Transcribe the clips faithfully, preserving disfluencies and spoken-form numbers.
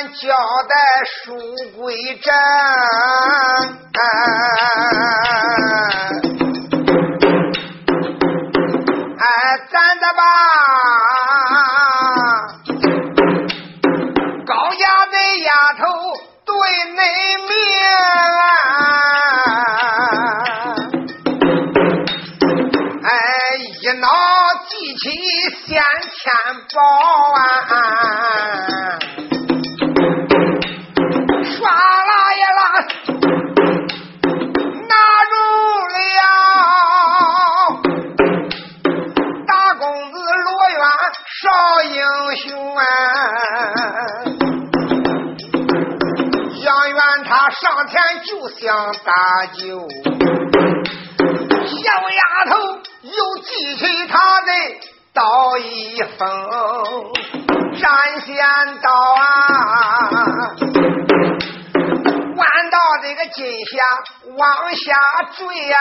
交代书归正，哎，咱的吧，高家的丫头对内命啊，哎，一脑记起先天报啊，唰啦呀啦拿住了大公子罗元少英雄啊，杨元他上前就想搭救小丫头，又记起他的刀一锋斩仙刀啊，弯到这个金下往下坠啊，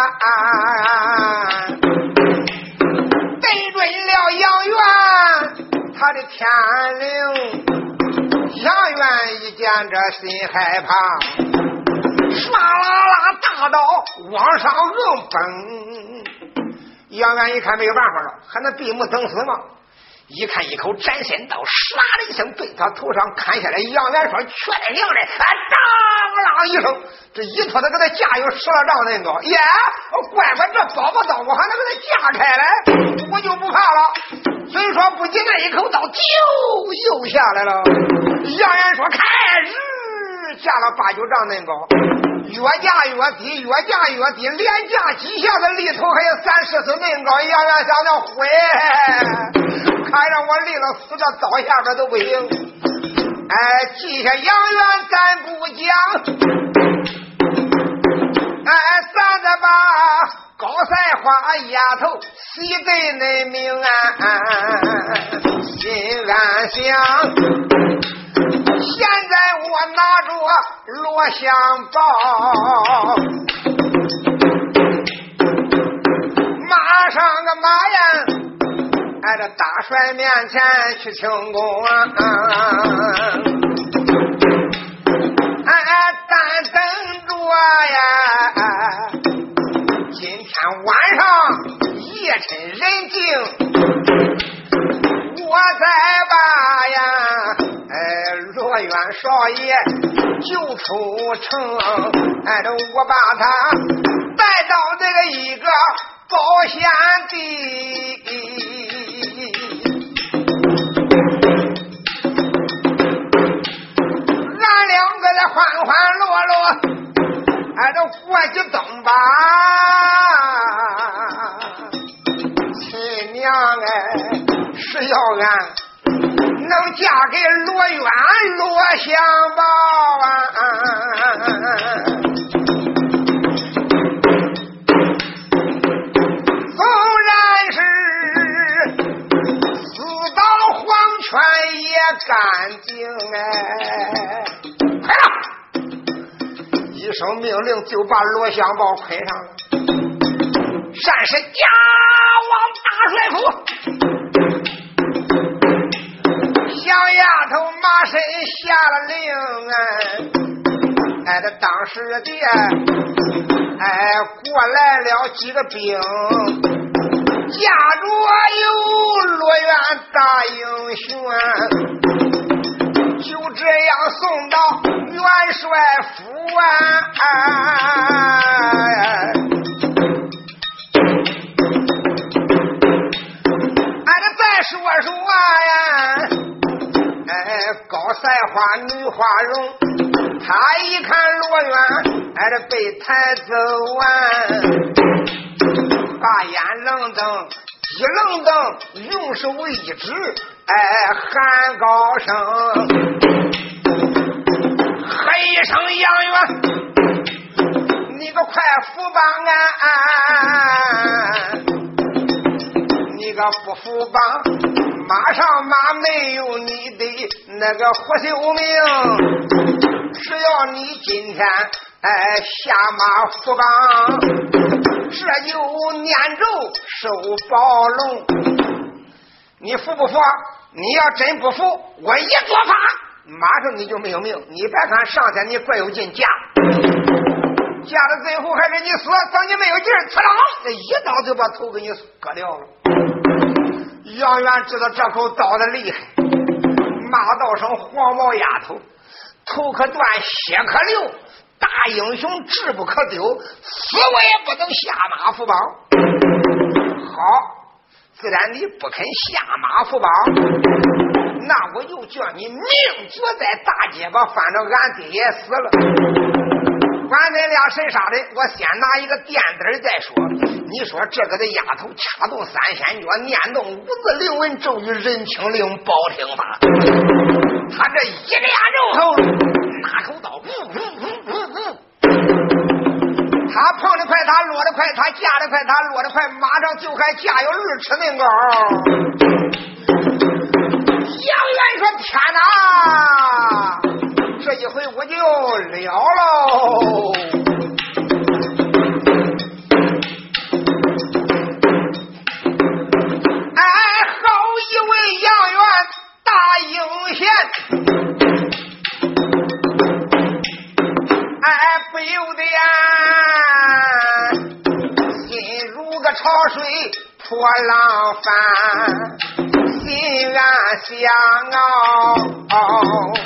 对准了杨元他的天灵，杨元一见这心害怕，唰啦啦大刀往上硬崩，杨元一看没有办法了，还能闭目等死吗？一看一口斩仙刀，唰的一声对他头上砍下来。杨元说：“缺的娘的！”啊，当啷一声，这一拖他给他架有十二丈那高，耶！怪不得这宝宝刀我还能给他架开来，我就不怕了。所以说，不仅那一口刀，就又下来了。杨元说：“开始。”架了八九丈那高，越架越低，越架越低，连架几下子力头还有三十寸那高。杨元想想毁，看让我立了死到刀下边都不行。哎，记下杨元咱不讲，哎，咱得把高赛花丫头喜对内命啊，心安想。现在我拿着罗香包，马上个马呀，挨着大帅面前去请功啊！哎，但等着呀，今天晚上夜深人静，我再把呀。罗元少爷就出城，哎，我把他带到这个一个保险地，俺两个在欢欢乐乐，哎，这过去等吧，亲娘哎，是要俺能嫁给罗元罗香宝啊！纵然是死到黄泉也干净哎！快了！一声命令就把罗香宝捆上了，善是押往大帅府。小丫头马身下了令啊，哎，这当时的哎过来了几个兵，驾着有罗元大英雄，就这样送到元帅府啊。哎，这再说说呀。高赛花女花容，他一看罗元哎这被抬走啊，把眼愣瞪一愣瞪，用手一指，哎喊高声，喊一声杨元，你个快扶帮啊，你个不扶帮，马上马没有你的那个活秀命，只要你今天哎下马扶帮，这就念咒收宝龙。你服不服？你要真不服，我一做法马上你就没有命。你别看上天你怪有劲架，架到最后还是你死，等你没有劲儿，刺啦，这一刀就把头给你割掉了。杨元知道这口刀的厉害，骂道声黄毛丫头，头可断，血可流，大英雄志不可丢，死我也不能下马伏帮。好，自然你不肯下马伏帮，那我就叫你命绝在大街吧，反正俺爹也死了。俺那俩谁杀的？我先拿一个垫子再说。你说这个的丫头掐动三仙诀，念动五字灵文咒语，人情令包听法。他这一连肉后，拿口刀，呜呜呜呜呜。他碰得快，他落得快，他架得快，他落得快，马上就还架有二尺那高。杨元说：“天哪！这一回我就了喽！”哎，好一位杨元大英贤，哎，不由得呀，心如个潮水破浪翻，心安想哦。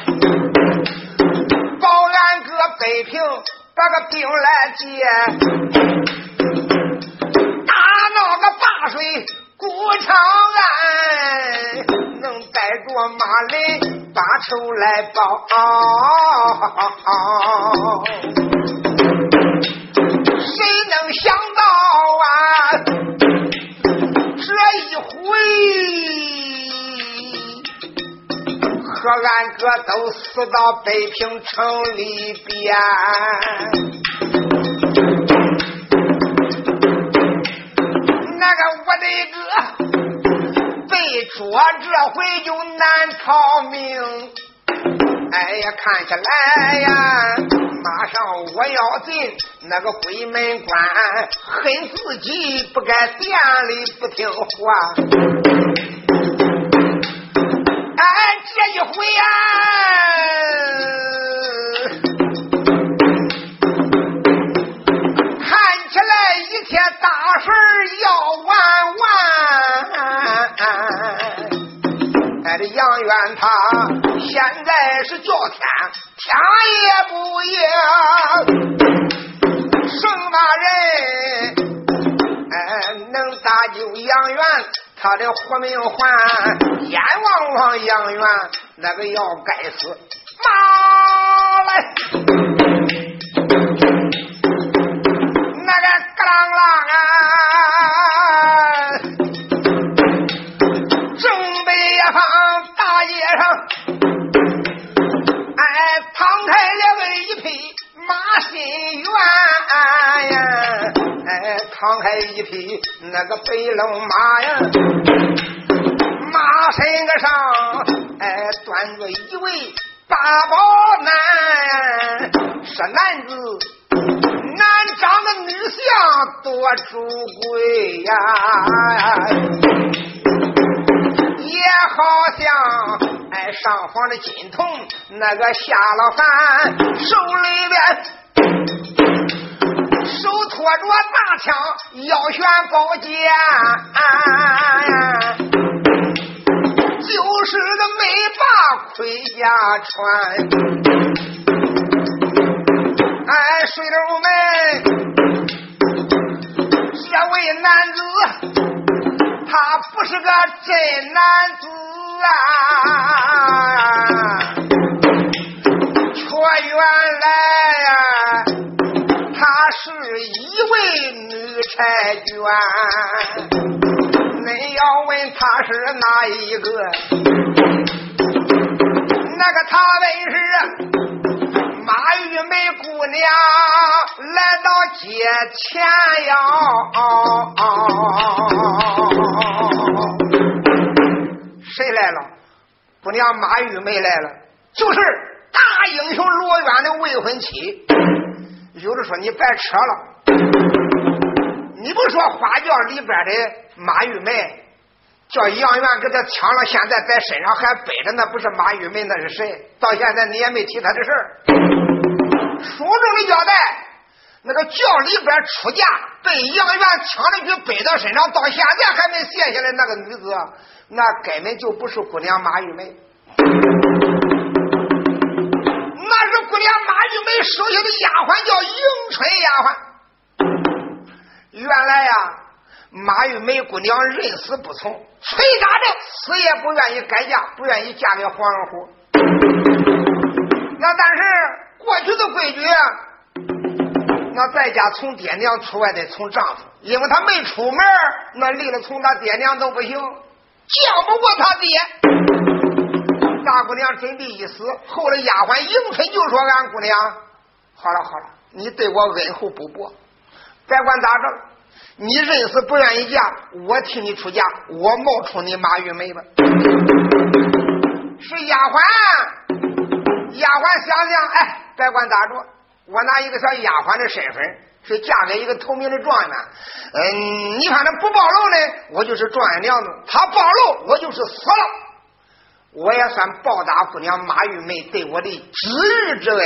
保安哥北平把个兵来接，打闹个灞水古长安，能带着马林把仇来报。谁能想到啊，这一回和俺哥都死到北平城里边。那个我的哥被捉，这回就难逃命。哎呀，看起来呀，马上我要进那个回门关，恨自己不该店里不听话。哎，这一回啊，看起来一天大事要完完。哎，这杨元他现在是叫天，天也不应，什么人哎能搭救杨元他的活命还？阎王王杨元那个要该死，妈来那个格啷啷啊，正北方大街上，哎，唐太两个一匹马心猿呀，哎，唐太一匹那个北龙马呀，马身个上哎端着一位八宝男，是男子男长的女相多主贵呀，也好像哎上方的金童那个下了凡，手里边手托着大枪，腰悬宝剑，就是个没把盔甲穿。哎，水流们，这位男子他不是个真男子啊，却原来呀他是一位女婵娟。恁要问他是哪一个，那个他本是马玉梅姑娘来到街前呀，谁来了？姑娘马玉梅来了，就是大英雄罗渊的未婚妻。有的说你别扯了，你不说花轿里边的马玉梅， 叫杨元给他抢了，现在在身上还背着，那不是马玉梅，那是谁？到现在你也没提他的事儿。书中的交代，那个轿里边出嫁被杨元抢了去背到身上，到现在还没卸下来，那个女子那根本就不是姑娘马玉梅，那是姑娘马玉梅手下的丫鬟，叫迎春丫鬟。原来呀，马玉梅姑娘认死不从，崔家正死也不愿意改嫁，不愿意嫁给黄文虎。那但是过去的规矩，那在家从爹娘，出外得从丈夫，因为他没出门，那离了从他爹娘都不行，叫不过他爹。大姑娘准备一死，后来丫鬟迎春就说：“俺姑娘，好了好了，你对我恩厚不薄，别管咋着，你认死不愿意嫁，我替你出嫁，我冒充你马玉梅吧。”是丫鬟，丫鬟想想，哎，别管咋着，我拿一个小丫鬟的身份，是嫁给一个头名的状元。嗯，你看他不暴露呢，我就是状元娘子；他暴露，我就是死了。我也算报答姑娘马玉梅对我的知日之恩。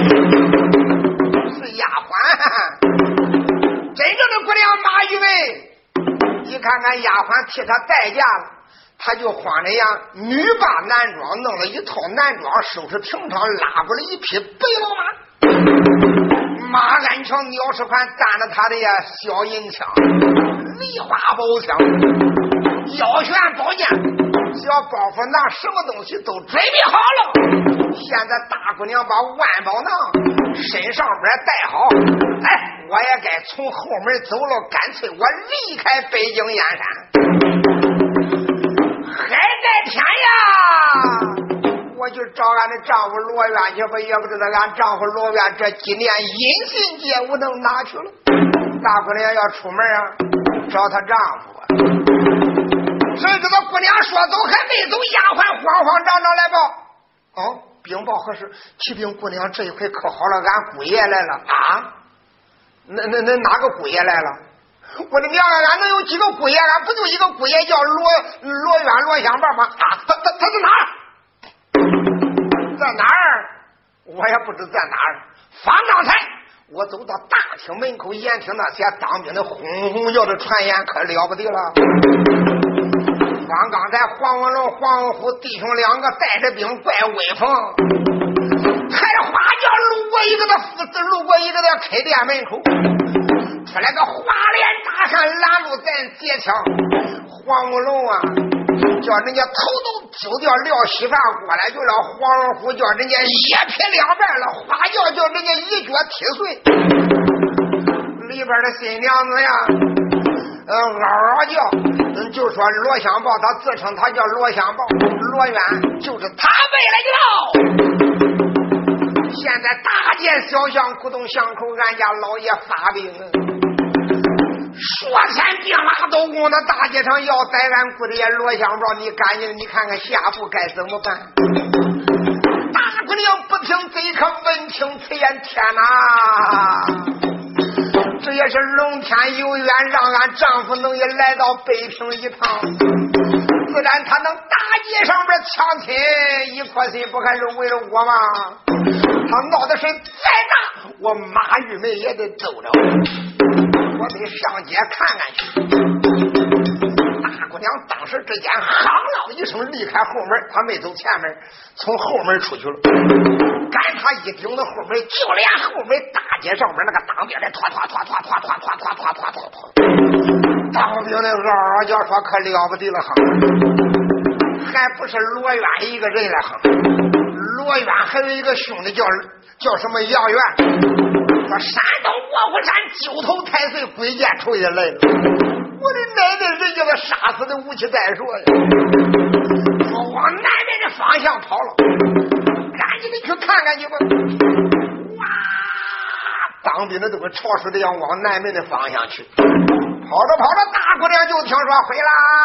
是丫鬟，真正的姑娘马玉梅，你看看丫鬟替她代驾了，她就慌着样，女扮男装，弄了一套男装，收拾平常，拉过了一匹白老马。马鞍桥鸟翅宽，担了他的呀小银枪，梨花宝枪，腰悬宝剑，小包袱拿什么东西都准备好了。现在大姑娘把万宝囊身上边带好，哎，我也该从后门走了，干脆我离开北京燕山。还在天呀，我就找俺的丈夫罗元去吧，也不知道俺丈夫罗元这几年隐信业务能哪去了。大姑娘要出门啊，找她丈夫啊。谁知道姑娘说走还没走，丫鬟慌慌张张来报：“哦，禀报何事？启禀姑娘，这一回可好了，俺姑爷来了啊！那那那哪个姑爷来了？我的娘啊，俺能有几个姑爷？俺不就一个姑爷叫罗罗元罗香棒吗？啊，他他他在哪儿？在哪儿？我也不知在哪儿。方刚才我走到大厅门口，眼听那些当兵的轰轰叫的传言，可了不得了。方刚才黄文龙、黄文虎弟兄两个带着兵，怪威风。抬着花轿路过一个的父子，路过一个的开店门口，出来个花脸大汉拦路咱截枪。黄文龙啊，叫人家头都揪掉，撂稀饭过来，就让黄文虎叫人家一劈两半了，花轿叫人家一脚踢碎。里边的新娘子呀，呃，嗷嗷叫，就说罗香豹，他自称他叫罗香豹，罗元就是他背来的喽。现在大街小巷、古洞巷口，俺家老爷发病了，说天病马都攻到大街上要宰俺姑爷罗香豹，你赶紧你看看下步该怎么办？大姑娘不听这可闻听此言，天哪！这也是龙天有缘，让俺丈夫能也来到北平一趟，自然他能大街上边抢亲，一颗心不还是为了我吗？他闹的是再大，我马玉梅也得走着，我得上街看看去。大姑娘当时之间夯啷一声离开后门，她没走前门，从后门出去了。赶她一顶到后门，就连后门大街上面那个当兵的拖拖拖拖拖拖拖拖拖拖拖拖，当兵的嗷嗷叫说可了不得了哈，还不是罗元一个人来哈，罗元还有一个兄弟叫叫什么杨元，说山东卧虎山九头太岁鬼见仇也来了。我的奶奶，人家个杀死的武器再说呀！我往南边的方向跑了，赶紧的去看看去吧！哇，当兵的都跟潮水的样往南边的方向去，跑着跑着，大姑娘就听说回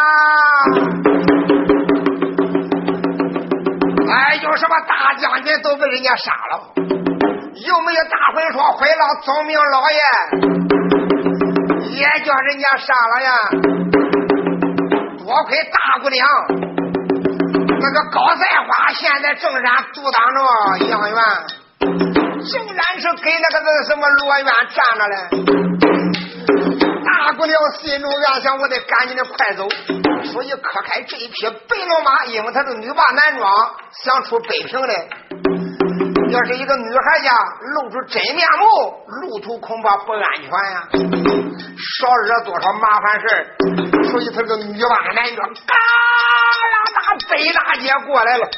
啦！哎，有什么大将军都被人家杀了，有没有大会说回了宗明老爷？也叫人家杀了呀！多亏大姑娘那个高赛花现在正然阻挡着杨元，竟然是给那个什么罗元站着嘞。大姑娘心中暗想，我得赶紧的快走，所以磕开这一匹白龙马，因为她是女扮男装，想出北平来。要是一个女孩家露出真面目，路途恐怕不安全呀，少惹多少麻烦事。所以她这个女扮男装，嘎啦打北大街过来了。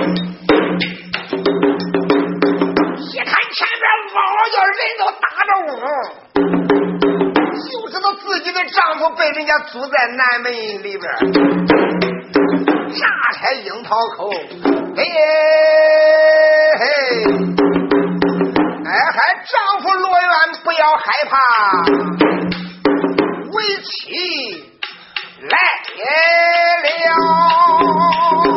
一看前边嗷叫人都打着我，就知道自己的丈夫被人家阻在南门里边，炸开樱桃口，哎嘿，哎，还丈夫罗元不要害怕，为妻来了。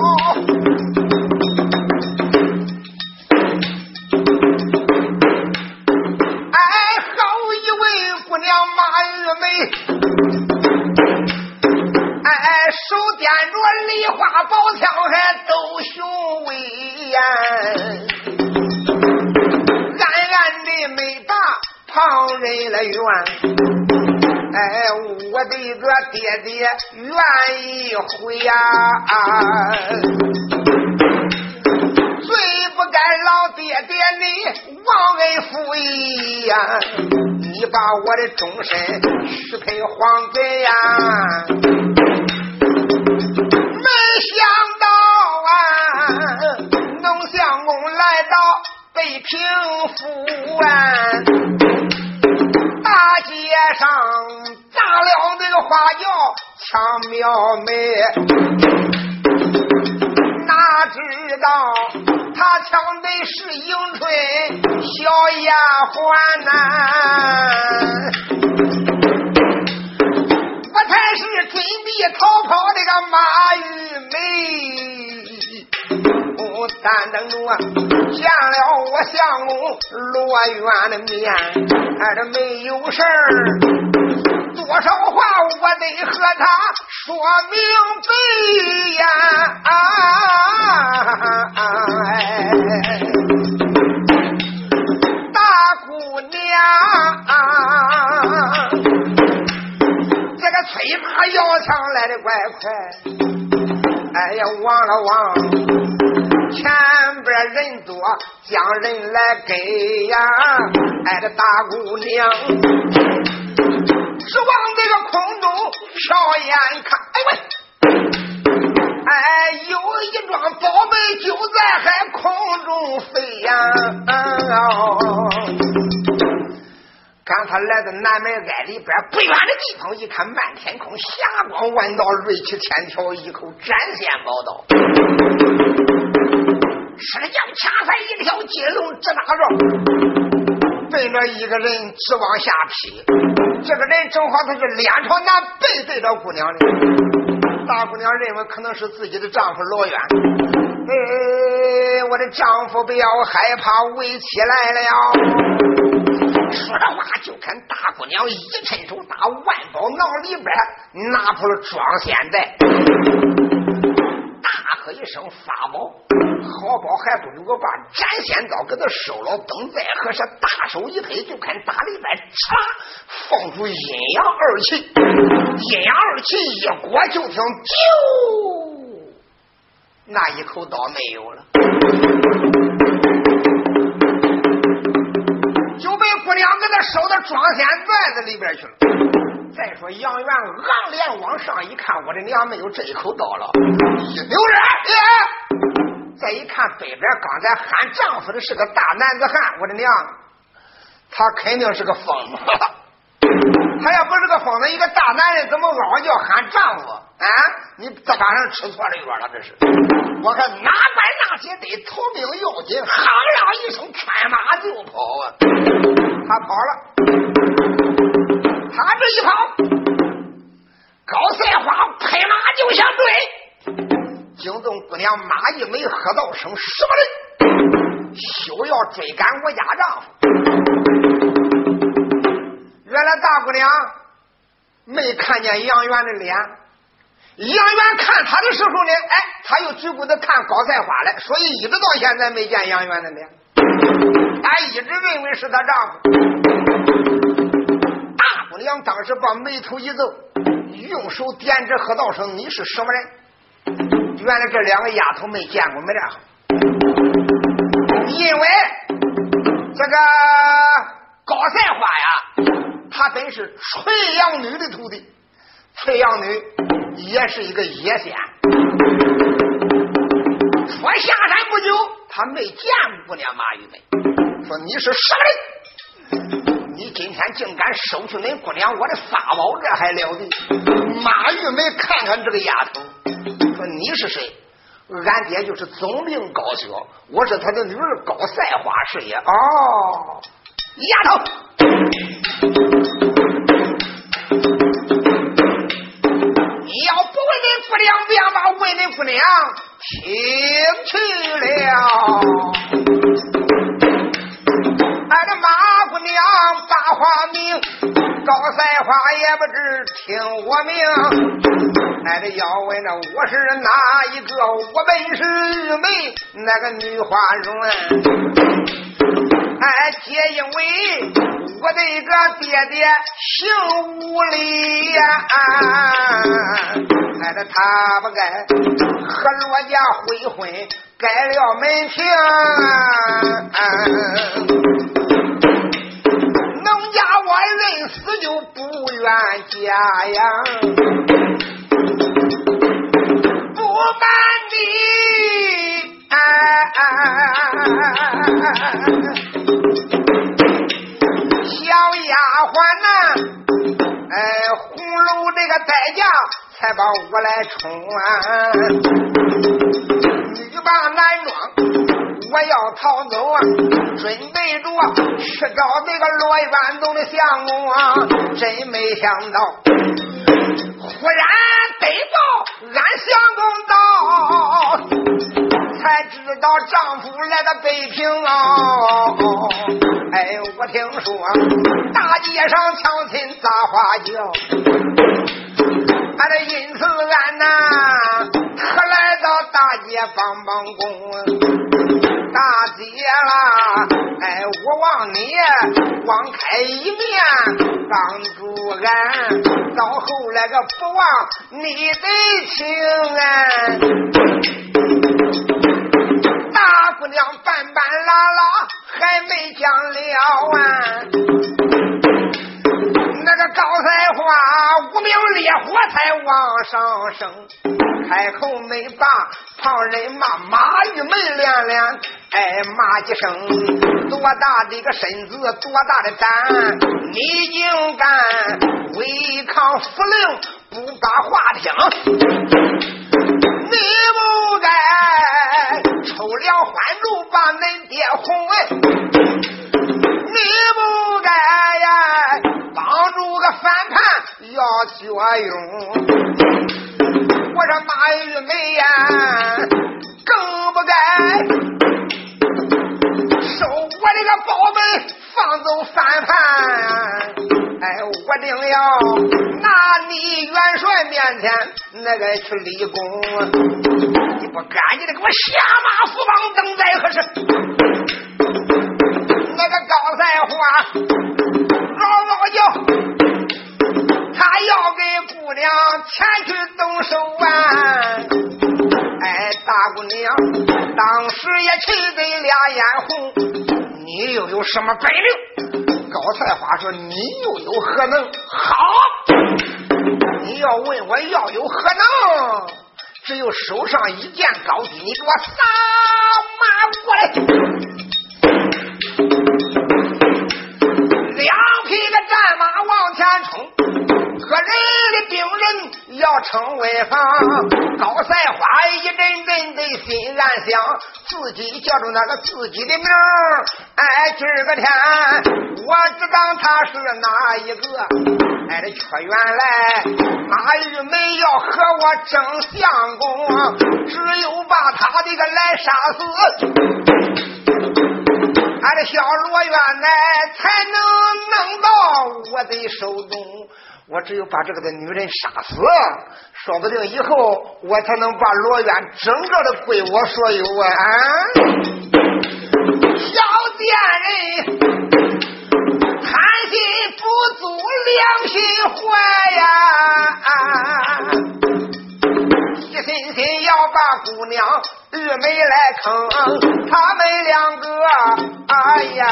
手掂着梨花宝枪还斗雄威严，暗暗的没打旁人来怨，哎，我的个爹爹愿意回呀、啊，最不该老爹爹你忘恩负义呀，你把我的终身许配皇贼呀，没想到啊，农相公来到北平府啊，大街上炸了那个花轿枪苗美，哪知道他抢的是迎春小丫鬟呐，我才是准备逃跑这个马玉梅，我单等着啊见了我相公罗元的面，还是没有事儿，多少话我得和他说明白呀、啊哎、大姑娘、啊、这个催马摇枪来的怪快，哎呀望了望前边人多将人来给呀，哎这大姑娘指望这个空中瞟眼看，哎喂，哎有一桩宝贝就在还空中飞呀、哦、刚才来到南门挨里边不远的地方一看，漫天空霞光万道，锐气千条，一口斩仙宝刀，吃了将掐塞一条金龙直打着，对着一个人直往下劈，这个人正好他是脸朝南背对着姑娘的，大姑娘认为可能是自己的丈夫罗元，哎，我的丈夫不要害怕，为妻来了。说着话就看大姑娘一伸手打万宝囊里边拿出了装仙袋，大喝一声发宝，好宝还不如我把斩仙刀给他收了，等再合适，大手一推就看打里边唰放出阴阳二气，阴阳二气一裹就听啾，那一口刀没有了，就被姑娘给他收到装仙袋子里边去了。再说杨元昂脸往上一看，我的娘没有这一口刀了，一扭人、哎、再一看北边刚才喊丈夫的是个大男子汉，我的娘他肯定是个疯子，他要不是个疯子，一个大男人怎么嗷叫喊丈夫啊？你这把人吃错了药了，这是我看哪管那些得逃命要紧，夯啷一声穿马就跑啊，他跑了，他这一跑高赛花拍马就想追，惊动姑娘马一没喝道声什么人休要追赶我家丈夫。原来大姑娘没看见杨元的脸， 杨元看他的时候呢，哎，他又举步的看高赛花来，所以一直到现在没见杨元的面。他一直认为是他丈夫。大姑娘当时把眉头一皱，用手点指喝道声：“你是什么人？”原来这两个丫头没见过面好，因为这个高赛花呀，她本是翠阳女的徒弟，翠阳女也是一个野仙。说下山不久，他没见姑娘马玉梅，说你是什么人？你今天竟敢收去恁姑娘我的法宝，这还了得？马玉梅看看这个丫头，说你是谁？俺爹就是总兵高佼，我是他的女儿高赛花师爷。哦，丫头，你要不问你姑娘，便把问你姑娘听去了。俺的马姑娘把话明，高赛花也不知听我名。俺的要问那我是哪一个？我本是玉梅那个女花容。哎，皆因为我的一个爹爹姓吴礼呀，哎的他不该和罗家会婚，改了门庭。农家我认死就不愿家呀。不瞒你，啊啊小丫鬟呐，哎，红楼这个代价才把我来冲啊！女扮男装，我要逃走啊！准备着去找这个罗元东的相公啊！真没想到，忽然得报俺相公到，才知道丈夫来到北平啊！哎，我听说大街上抢亲砸花轿，俺的因此俺呐，可来到大街帮帮工。大姐啦，哎，我望你光开一面帮助俺，到后来个不忘你的情啊！大姑娘半半拉拉还没讲了啊！那个高赛花无名烈火才往上升，开口没把旁人骂马玉梅连连，哎骂几声，多大的一个身子，多大的胆，你竟敢违抗府令，不把话听，你不该抽了欢烛把恁爹哄哎，你不该呀帮助个反叛要决勇。我说马玉梅呀，更不该收我这个宝贝放走反叛。哎，我定要拿你元帅面前那个去立功，你不赶紧的给我下马伏帮等待何时？那个高赛花嗷嗷叫，他要给姑娘前去动手啊！哎，大姑娘当时也气得俩眼红，你又有什么本领？高赛花说你又有何能？好，你要问我要有何能，只有手上一件高低，你给我撒马过来。两匹个战马往前冲，个人的兵人要逞威风。高赛花一阵阵的心暗想，自己叫着那个自己的名儿，哎，今儿个天我知道他是哪一个。哎，这却原来马玉梅要和我争相公，只有把他这个来杀死，俺的小罗员呢才能弄到我得手动，我只有把这个的女人杀死，说不定以后我才能把罗渊整个的归我所有啊！小贱人贪心不足，良心坏呀！一心心要把姑娘玉梅来坑，他们两个哎呀！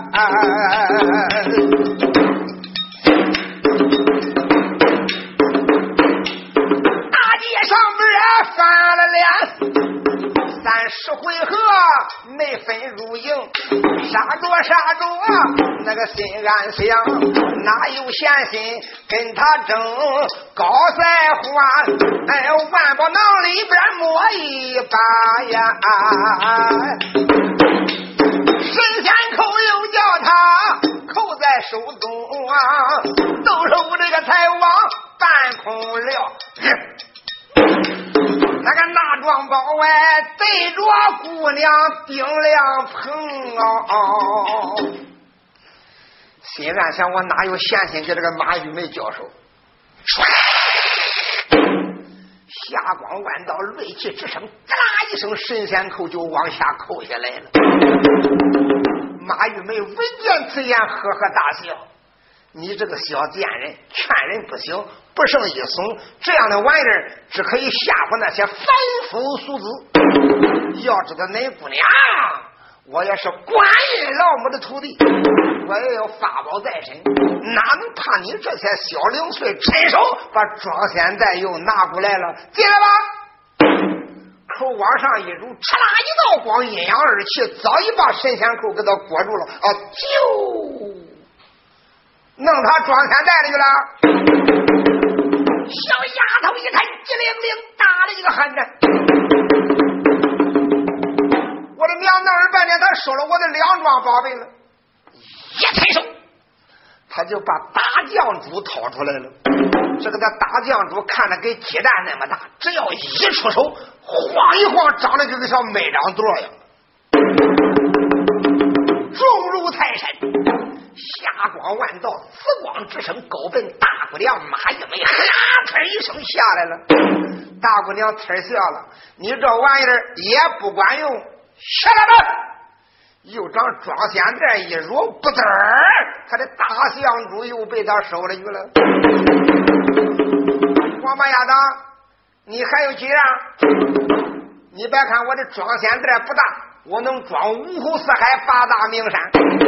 大街上边翻了脸，三十回合没分输赢，杀着杀着那个心安详，哪有闲心跟他争高赛花？哎，万宝囊里边摸一把呀，神仙扣又叫他扣在手中啊，都是我这个才往半空了。那个大庄包外对着姑娘顶两棚哦，心暗想我哪有闲心给这个马玉梅教授，霞光万道，锐气之声，嘎啦一声，神仙扣就往下扣下来了。马玉梅闻见此言，呵呵大笑。你这个小贱人，劝人不行，不胜一怂，这样的玩意儿只可以吓唬那些凡夫俗子。要知道那姑娘，我也是观音老母的徒弟，我也有法宝在身，哪能怕你这些小零碎？伸手把装仙袋又拿过来了，进来吧。口往上一入，嚓啦一道光，阴阳二气，早已把神仙口给他裹住了啊！就弄他装仙袋里去了。小丫头一看，机灵灵打了一个寒战。我的娘，弄了半天，他收了我的两桩宝贝了。一伸手，他就把大酱珠掏出来了。这个的大酱珠看着跟鸡蛋那么大，只要一出手，晃一晃，长得就跟像麦秧垛一样，重如泰山。霞光万道，紫光之声，狗奔大姑娘马玉梅哈哧一声下来了。大姑娘呲笑了，你这玩意儿也不管用，下来吧。又长装仙袋一入，不得儿，他的大香珠又被他收了去了。王八丫头，你还有几样？你别看我的装仙袋不大，我能装五湖四海八大名山，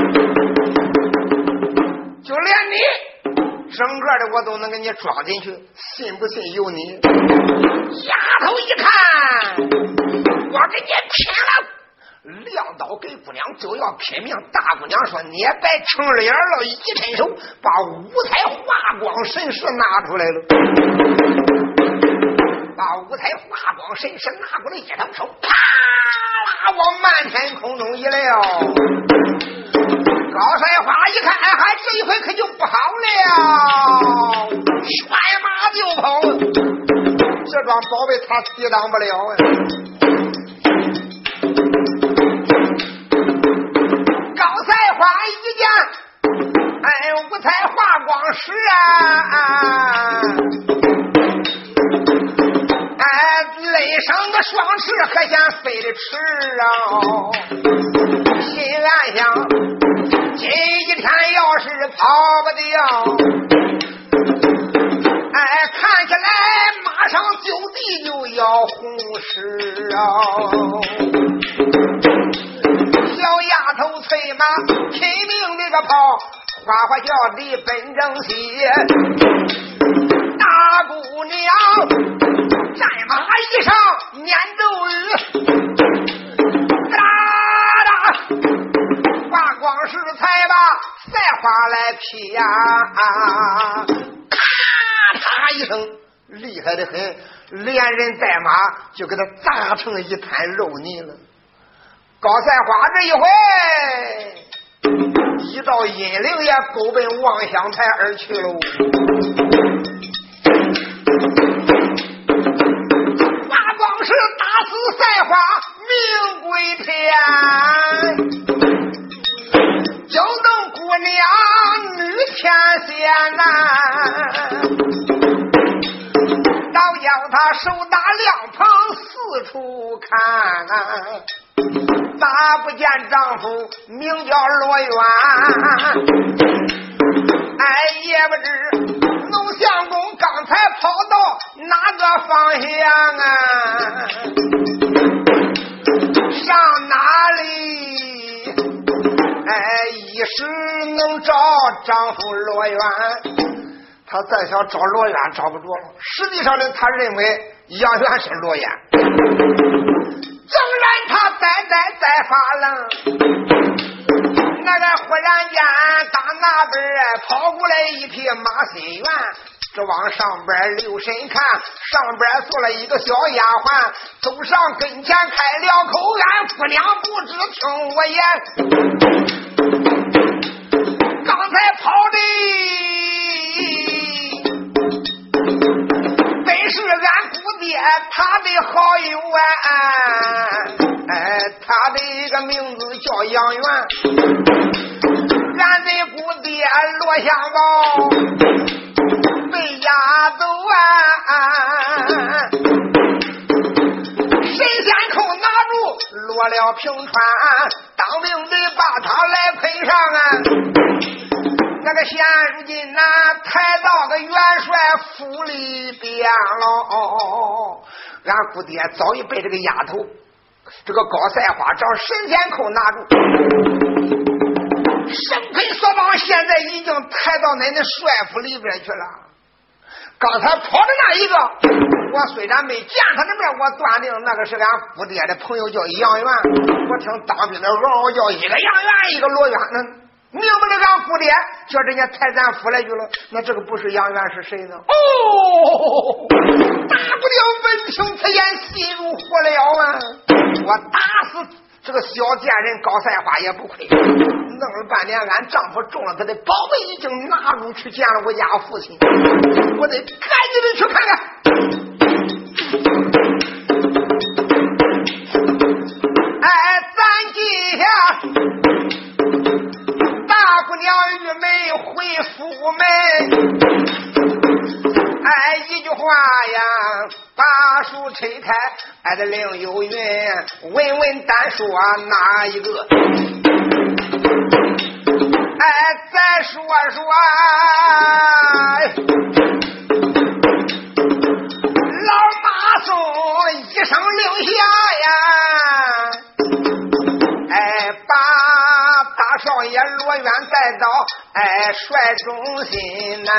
就连你整个的我都能给你装进去，信不信由你。丫头一看，我给你拼了，亮刀给姑娘就要拼命。大姑娘说你也别听了眼了，一伸手把五彩华光神石拿出来了，把五彩华光神石拿过来，一动手啪啦往漫天空中一撂。高赛花一看，还这一回可就不好了，甩马就跑，这桩宝贝他抵挡不了啊。高赛花一见，哎，五彩华光石啊，哎，肋上的双翅还想飞的翅啊，心暗想今一天要是跑不掉，哎，看起来马上就地就要红石啊！小丫头催马拼命那个跑，哗哗叫地奔正西。大姑娘战马一上念咒语，哒哒华光石才把赛花来劈呀、啊，咔嚓一声，厉害的很，连人带马就给他砸成一滩肉泥了。高赛花这一回一道阴灵也狗奔望乡台而去喽。华光石打死赛花命归天，就等姑娘女天先呐，倒叫他手打亮棚四处看啊，咋不见丈夫名叫罗元？哎，也不知龙相公刚才跑到哪个方向啊？上哪里？哎，一时能找丈夫罗元。他再想找罗元找不着了。实际上呢，他认为杨元是罗元。正然他呆呆在发愣，那个忽然间打那边跑过来一匹马新元，这往上边留神看，上边坐了一个小丫鬟，走上跟前开了口言：夫娘不知听我言，刚才跑的本是俺姑爹他的好友啊，哎，他的一个名字叫杨元，俺的姑爹罗相宝被押走啊，神仙口拿住落了平川，当兵得把他来配上啊。那个现如今呐，抬到个元帅府里边了。俺姑爹早已被这个丫头这个高赛花找神仙口拿住，生捆索绑，现在已经抬到恁的帅府里边去了。刚才跑的那一个，我虽然没见他的面，我断定那个是俺姑爹的朋友叫杨元。我听当兵的嗷嗷叫，一个杨元一个罗元呢。明白了，俺姑爹叫人家抬咱府来去了，那这个不是杨元是谁呢？哦，大不了闻听此言，心如火燎啊！我打死这个小贱人高赛花也不亏。弄了半天，俺丈夫中了他的宝贝，已经拿入去见了我家父亲，我得赶紧的去看看。哎，咱记下。姑娘玉梅回府门，哎，一句话呀，把书推开，哎，的另有云，问问单说哪一个？哎，再说说，老马松一声令下呀，哎，把大少爷罗元带到哎帅中心呐，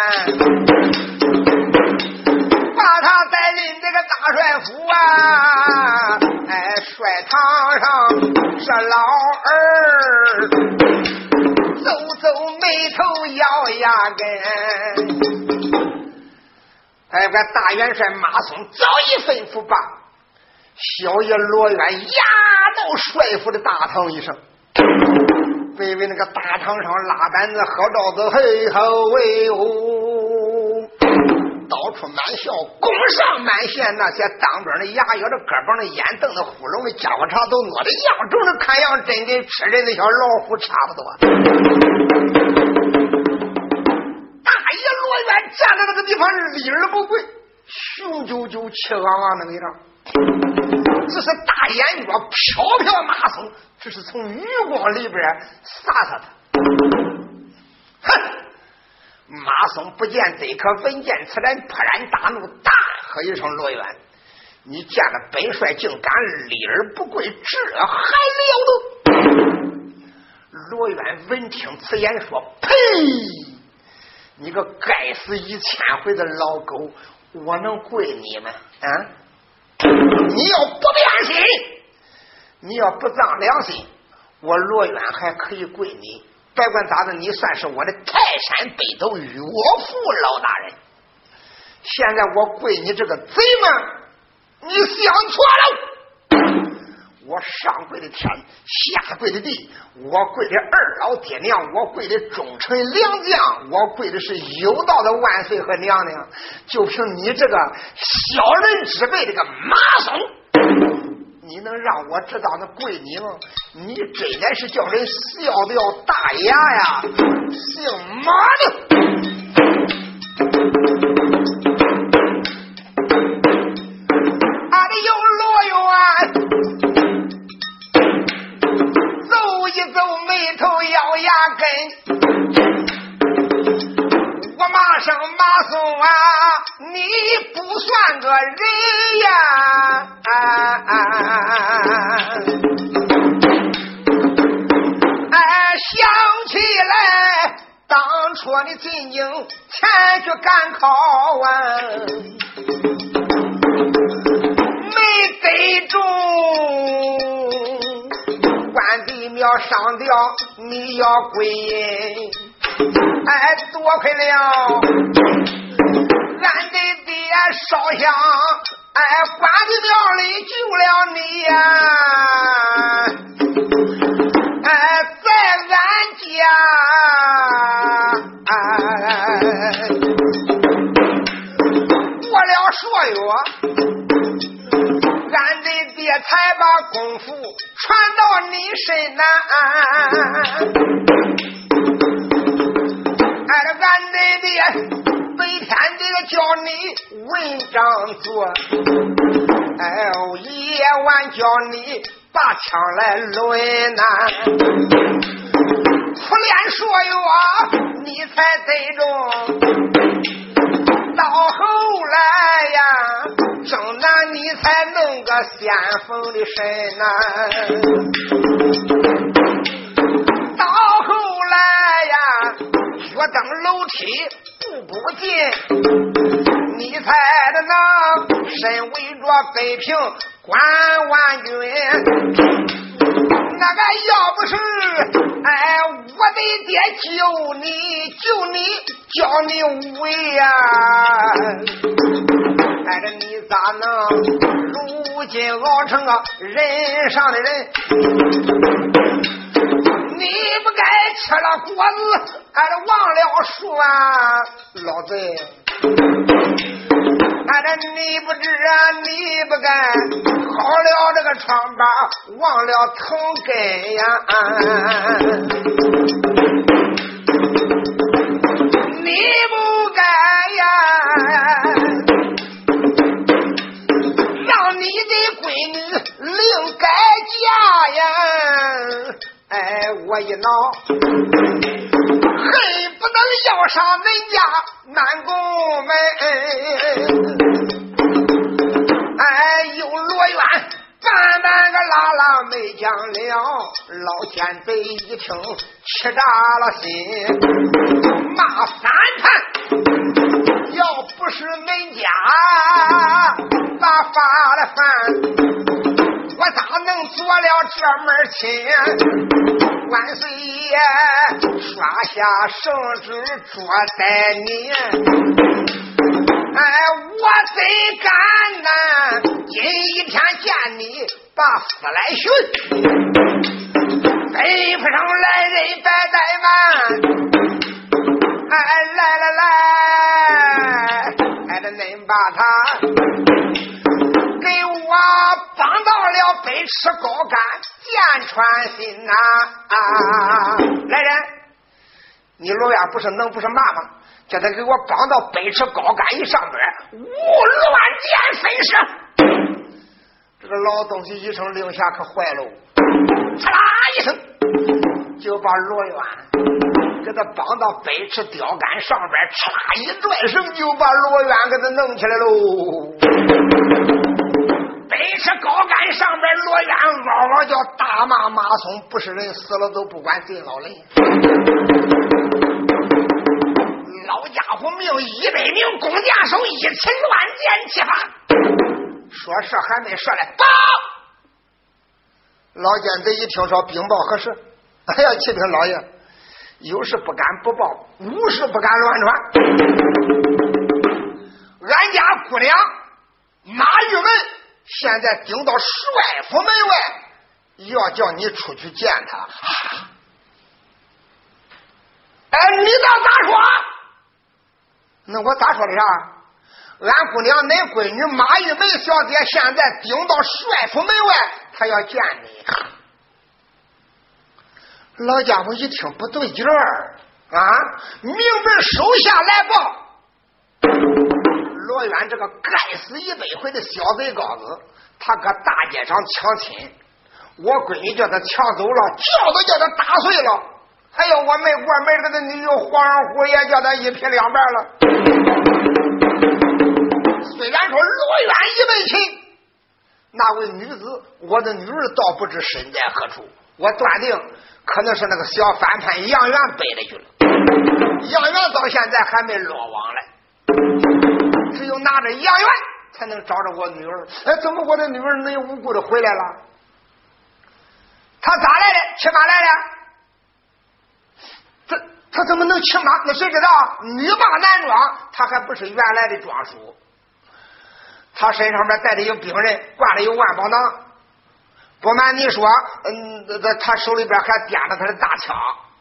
把他带进这个大帅府啊，哎帅堂上这老儿皱皱眉头咬牙根，哎个大元帅马松早已吩咐罢，小爷罗元压到帅府的大堂一声，微微那个大堂上拉板子喝罩子，嘿吼喂哦，到处满笑，弓上满线，那些当兵的牙咬着胳膊的眼瞪的呼隆的家伙茶都挪的样中的看样真跟吃人的小老虎差不多。大爷罗元站在那个地方是立而不跪，雄赳赳气昂昂那个样，这是大眼月飘飘马松，这是从余光里边撒撒他。哼！马松不见得可闻见此人，勃然大怒，大喝一声：“罗元，你见了本帅竟敢立而不跪，这还了得！”罗元闻听此言，说：“呸！你个该死一千回的老狗，我能跪你们啊？你要不变心，你要不脏良心，我罗元还可以跪你。别管咋的，你算是我的泰山北斗与我父老大人。现在我跪你这个贼嘛，你想错了。我上跪的天，下跪的地，我跪的二老爹娘，我跪的忠臣良将，我跪的是有道的万岁和娘娘。就凭你这个小人之辈这个马松，你能让我知道那跪你吗？你真的是叫人笑掉大牙呀！姓马的！ 根，我马上马松啊，你不算个人呀！啊啊啊哎，想起来当初你进京前去赶考啊，没得中，关帝庙上吊，你要归隐。哎，多亏了俺的爹烧香，哎，关帝庙里救了你呀！哎，在俺家，哎，过了数月，俺的爹才把功夫传到你身呐。哎，俺的爹白天这个叫你文章做，哎呦，夜晚叫你把枪来抡呐。苦练数月，你才得中。到后来呀，正难你才弄个先锋的身呐。到后来呀，脚蹬楼梯步步进，你才的能身为着北平关万军。那个要不是哎，我的爹救你救你叫你威呀，哎，这你咋能如今熬成个人上的人？你不该吃了果子还是忘了树啊，老贼！哎，这你不知啊，你不该好了这个疮疤，忘了藤根呀！你不该呀，让你的闺女另改嫁呀！哎，我一恼，恨不能要上人家南宫门。哎，有罗元半半个拉拉没讲了，老奸贼一听气炸了心，骂三盘，要不是恁家把发了饭，我咋能做了这门亲？万岁爷刷下圣旨捉待你，哎，我贼干呐！今一天见你把死来寻，北府上来人白怠慢，哎，来来来，哎，这恁把他给我绑到了北池高杆剑穿心呐！啊，来人，你罗元不是能不是骂吗？叫他给我绑到北池高杆一上边，无乱箭分尸。这个老东西一声令下可坏喽，嚓啦一声就把罗元给他绑到北池吊杆上边，嚓啦一拽绳就把罗元给他弄起来喽。北池高杆上边，罗元嗷嗷叫，大骂马松不是人，死了都不管进老人。老家伙命一百名弓箭手一起乱箭齐发，说事还没说来，报！老奸贼一听说禀报何事？哎呀，启禀老爷，有事不敢不报，无事不敢乱传。俺家姑娘马玉门现在顶到帅府门外，要叫你出去见他。哎，你咋咋说？那我咋说的啥？俺姑娘恁闺女马玉梅小姐现在顶到帅府门外，她要见你。老家伙一听不对劲儿啊，明白手下来报。罗远这个该死一百回的小贼羔子，他搁大街上抢亲，我闺女叫他抢走了，轿子叫他打碎了， 哎呦，我没过门这个女皇虎也叫他一劈两半了。虽然说罗远一门亲，那位女子，我的女儿倒不知身在何处，我断定可能是那个小反叛杨元背了去了。杨元到现在还没落网来，只有拿着杨元才能找着我女儿。哎，怎么我的女儿没无故的回来了？他咋来的？骑马来的？他他怎么能骑马？那谁知道？女扮男装，他还不是原来的装束。他身上面带着有兵刃，挂着有万宝囊。不瞒你说，嗯，他手里边还掂着他的大枪。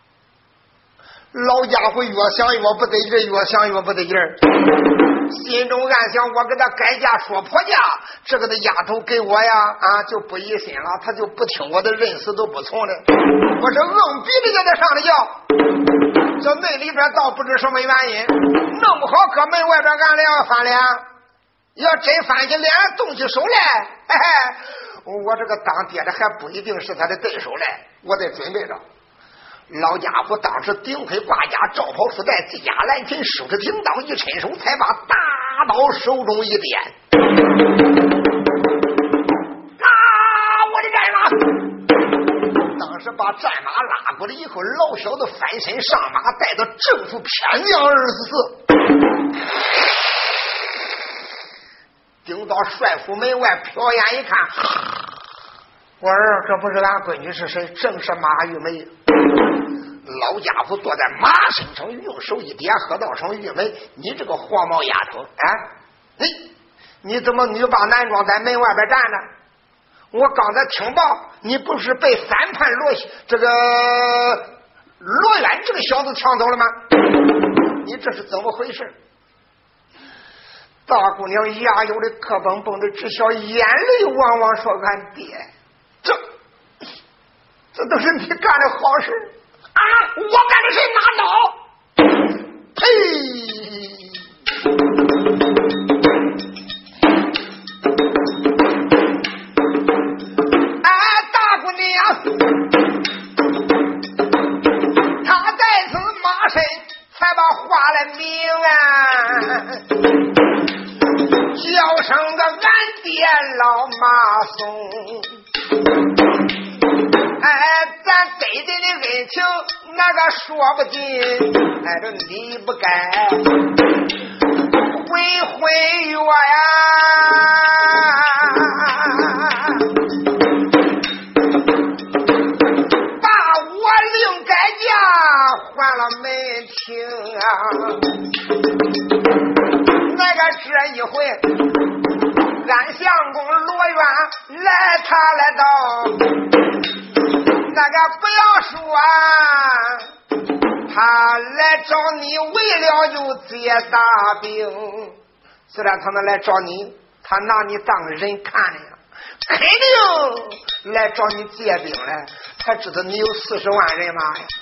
老家伙越想越不得劲，越想越不得劲，心中暗想：我给他改嫁说婆家，这个的丫头给我呀啊就不依心了，他就不听我的，认死都不从的。我是硬逼着叫他上的轿，这那里边倒不知什么原因，弄不好搁门外边俺俩要翻脸，要真翻起脸动起手来，嘿嘿，我这个当爹的还不一定是他的对手来，我得准备着。老家伙当时顶盔挂甲，罩袍束带，系甲蓝裙，手持挺刀，一伸手才把大刀手中一点。啊！我的战马！当时把战马拉过来以后，老小子翻身上马，带着正负偏将二十四，顶到帅府门外，瞟眼一看，我儿，这不是俺闺女是谁？正是马玉梅。老家伙坐在马身上，用手一点，喝道声玉梅，你这个黄毛丫头啊，你你怎么女扮男装在门外边站着？我刚才听报，你不是被反叛罗这个罗远这个小子抢走了吗？你这是怎么回事？大姑娘牙有的磕蹦蹦的直笑，眼泪汪汪说：“俺爹，这这都是你干的好事啊！我干的是拿刀，呸！哎，大姑娘，他在此马身才把话来明啊！叫声个俺爹老马松。哎，咱给的的恩情那个说不尽，哎，这你不该回回约呀，把我另改嫁还了门庭啊！那个这一回，俺相公罗远来他来到。那个不要说、啊，他来找你为了就接大兵。虽然他们来找你，他拿你当人看的呀，肯定来找你借兵来。他知道你有四十万人马呀，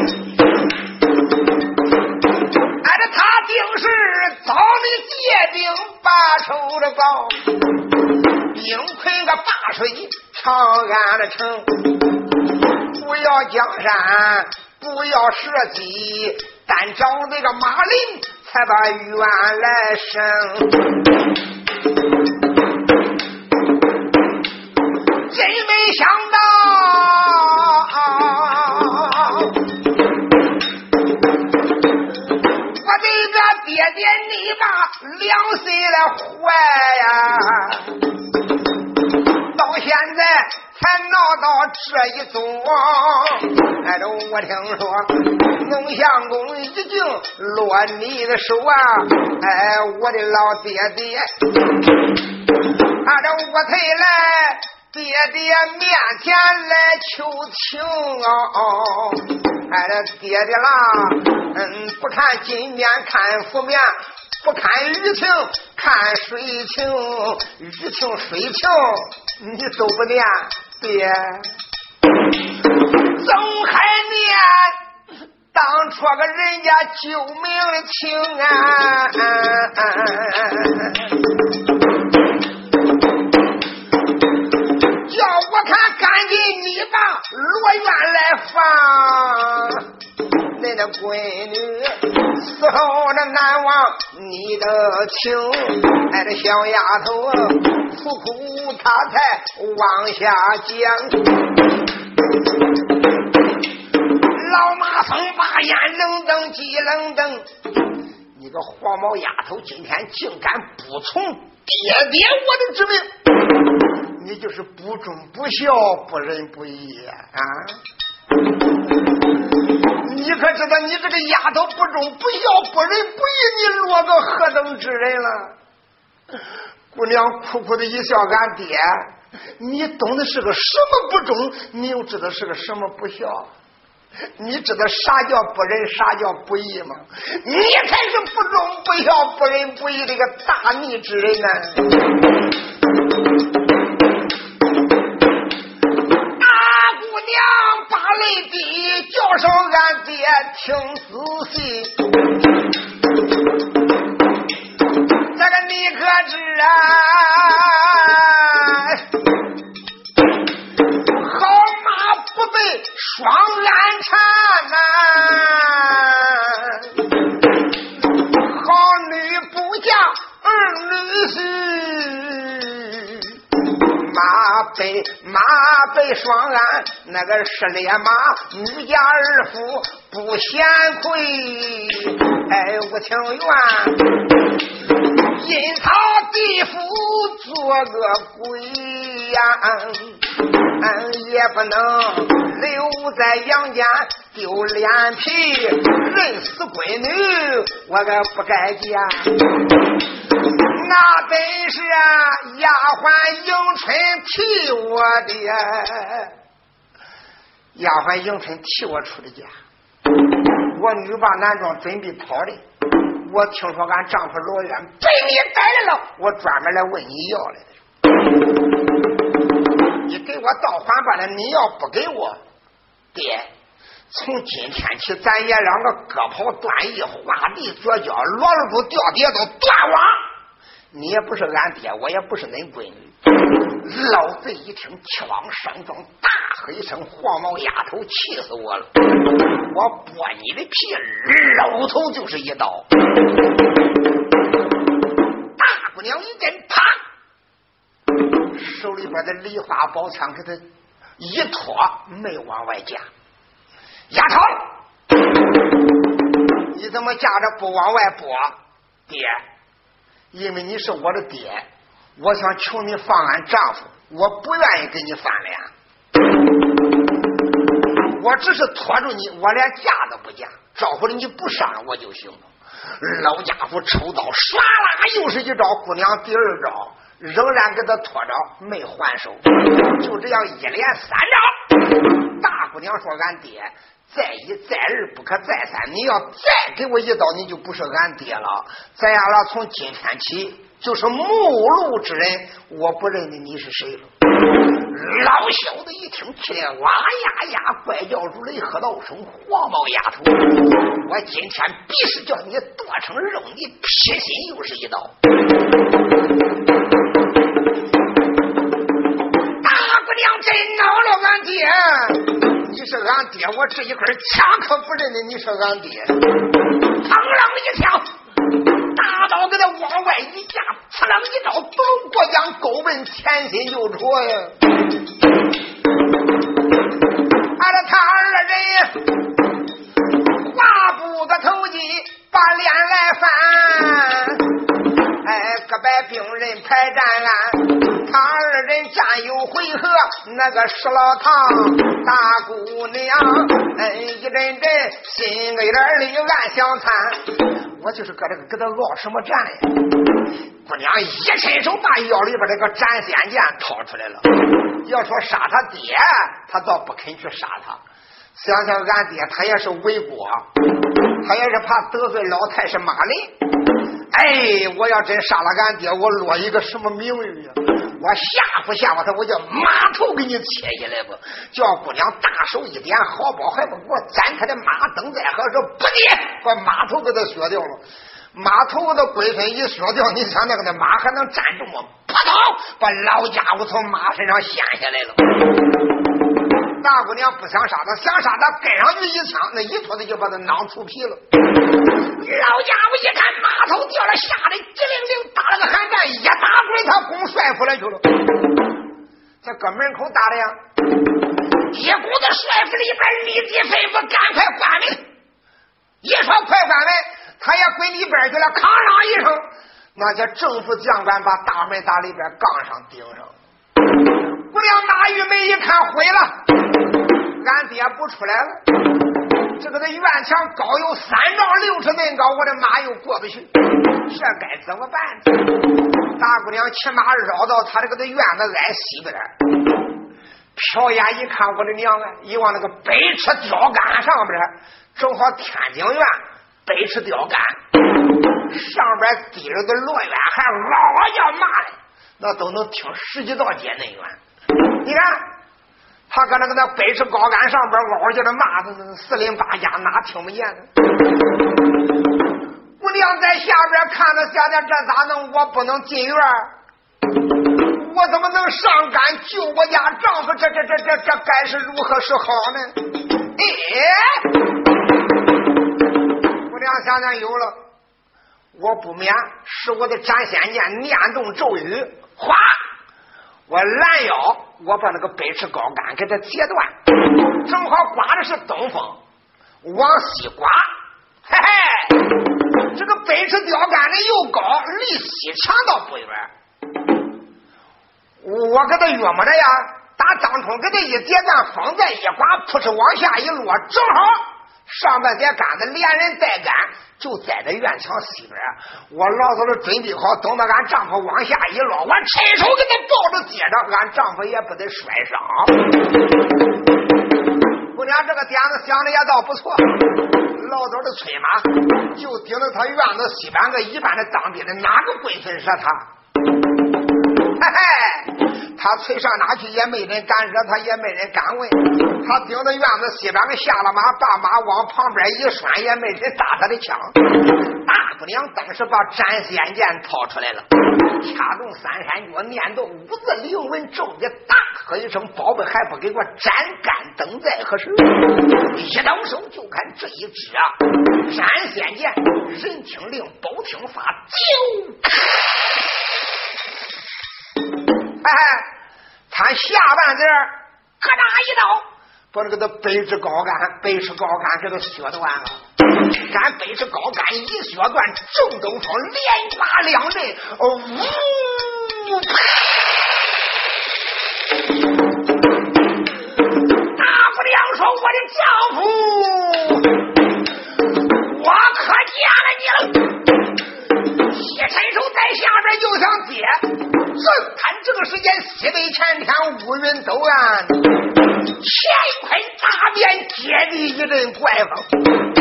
俺这他定是找你借兵把仇的报，兵困个大水长安的城。不要江山，不要社稷，单找那个马林才把冤来生。真没想到，我这个爹爹你把良心来坏呀！到现在才闹到这一宗，哎，这我听说农相公已经落你的手啊！哎，我的老爹爹，按照我才来爹爹面前来求情哦！哎，这爹爹啦，嗯，不看金面看福面。不看雨情看水情，雨情水情你都不念，爹总还念当初个人家救命的情啊！叫我看赶紧你把罗院来放。 闺女，死后的难忘你的情。哎，这小丫头苦苦她才往下讲。老马蜂把眼冷瞪鸡冷瞪，你个黄毛丫头今天竟敢不从爹爹我的指令，你就是不忠不孝不仁不义啊！你可知道你这个丫头不忠不孝不仁不义，你落个何等之人了？姑娘苦苦的一笑，俺爹，你懂得是个什么不忠，你又知道是个什么不孝？你知道啥叫不仁啥叫不义吗？你才是不忠不孝不仁不义这个大逆之人呢！大姑娘把泪滴，叫声俺爹听仔细，这个你可知啊，好马不被双鞍缠呐、啊，好女不嫁儿女婿，马背马背双鞍，那个是烈马，女家儿妇不嫌亏。哎，我情愿阴曹地府做个鬼呀，嗯，也不能留在阳间丢脸皮，认死闺女我可不该嫁。那本是啊丫鬟迎春替我的，丫鬟迎春替我出的家，我女把男装准备跑的，我听说俺丈夫罗远被你逮来了，我专门来问你要来的。你给我倒还吧了，你要不给我，爹，从今天起咱爷两个割袍断义，画地左脚，罗二步掉跌都断网。你也不是俺爹，我也不是恁闺女。老贼一听气往上撞，大喝一声：黄毛丫头，气死我了！我剥你的皮，搂头就是一刀。大姑娘一阵啪，手里边的梨花宝枪给他一拖，没往外架。丫头，你怎么架着不往外拨？爹，因为你是我的爹，我想求你放俺丈夫，我不愿意跟你翻脸，我只是拖住你，我连架都不架，招呼着你不上我就行了。老家伙抽刀唰啦又是一招，姑娘第二招仍然给他拖着没还手，就这样一连三招。大姑娘说：俺爹再一再二不可再三，你要再给我一刀，你就不是俺爹了。咱俩了从今天起就是目路之人，我不认得你是谁了。老小子一听，气得哇呀呀怪叫如雷，喝道声：黄毛丫头，我今天必是叫你剁成肉泥，劈心又是一刀。大姑娘真恼了，俺爹，你是俺爹，我这一根枪可不认得你是俺爹。砰啷一枪，大刀给他往外一架，刺啷一招，不龙过江，勾奔前心就戳呀。俺这他二人画布个头巾把脸来翻，哎，各摆兵人排战案，他二人战有回合，那个石老堂大姑娘，哎，一阵阵心里点里暗想参，我就是搁这个给他熬什么战呀？姑娘一伸手把腰里边这个斩仙剑掏出来了，要说杀他爹，他倒不肯去杀他。想想俺爹，他也是为国，他也是怕得罪老太师马林。哎，我要真杀了俺爹，我落一个什么名誉呀？我吓唬吓唬他，我叫马头给你切下来吧！叫姑娘大手一点，好宝还不给我展开的马灯在河说不得，把马头给他削掉了。马头的龟孙一削掉，你想那个那马还能站住吗？扑通，把老家伙从马身上掀下来了。 大姑娘不想杀他，想杀他，跟上去一枪，那一拖子就把他囊出皮了。老家伙一看马头掉了，吓得机灵灵打了个寒战，一打滚他攻帅府来去了。在搁门口打的呀，一股子帅府里边立即吩咐赶快关门。一说快关门，他也归里边去了，扛上一声，那些政府将官把大门打里边杠上顶上。姑娘拿玉梅一看毁了，俺爹不出来了。这个的院墙高有三丈六尺那高，我的马又过不去，这该怎么办？大姑娘骑马绕到他这个的院子挨西边，瞟眼一看，我的娘啊！一往那个北池吊杆上边，正好天津院北池吊杆上边滴着个落鸢，还嗷嗷叫骂的，那都能听十几道街那远。你看他搁那个那北池高杆上边嗷叫着骂，四邻八家哪听不见呢？姑娘在下边看着想想，这咋弄？我不能进院，我怎么能上杆救我家丈夫？这这这这这该是如何是好呢？哎，姑娘想想有了，我不免使我的斩仙剑念动咒语，哗！我拦腰，我把那个北池高杆给它截断，正好刮的是东风，往西刮，嘿嘿，这个北池吊杆的又高，离西墙倒不远。我给他约摸着呀，打当冲给他一截断，风再一刮，扑哧往下一落，正好上半截杆子连人带杆就在这院墙西边。我老早就准备好，等到俺丈夫往下一落，我伸手给他抱着接着，俺丈夫也不得摔伤。姑娘这个点子想的也倒不错，老早的催马就盯着他院子西半个一半的当兵的哪个龟孙惹他？嘿嘿，他催上哪去也没人敢惹他，也没人敢问。他盯着院子西边个下了马，把马往旁边一拴，也没人打他的枪。大姑娘当时把斩仙剑掏出来了，掐动三山脚，念动五字灵文咒语，大喝一声：“宝贝，还不给我斩干等在何时？”一动手就看这一支啊，斩仙剑，人听令，宝听法，就哎，他下半截咯哒一刀，把这个的北池高杆北池高杆给他削断了。咱北池高杆一削断，正东风连刮两阵，呜！大姑娘说：“我的丈夫，我可见了你了。”一伸手在下边就想接，正看这个时间西北前天乌云陡暗，乾坤大变，接地一阵怪风。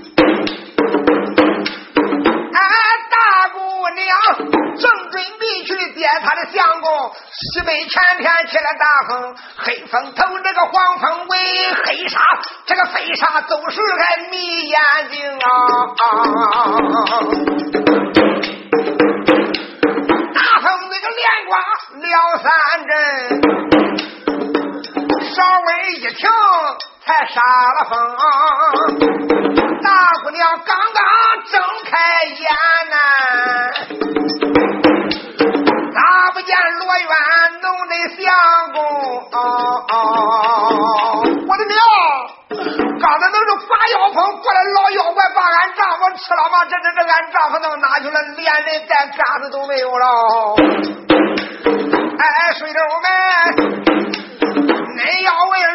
哎，大姑娘正准备去接她的相公，西北前天起了大风，黑风头这个黄风为黑沙，这个飞沙都是个迷眼睛啊！大风那个连刮两三阵，稍微一停才杀了风。大姑娘刚刚睁开眼呐，咋不见罗元弄的相公？哦哦，我的娘！刚才那是发妖风过来，老妖怪把俺丈夫吃了吗？这这这俺丈夫弄哪去了？连人带杆子都没有了。哎，水手们，恁要为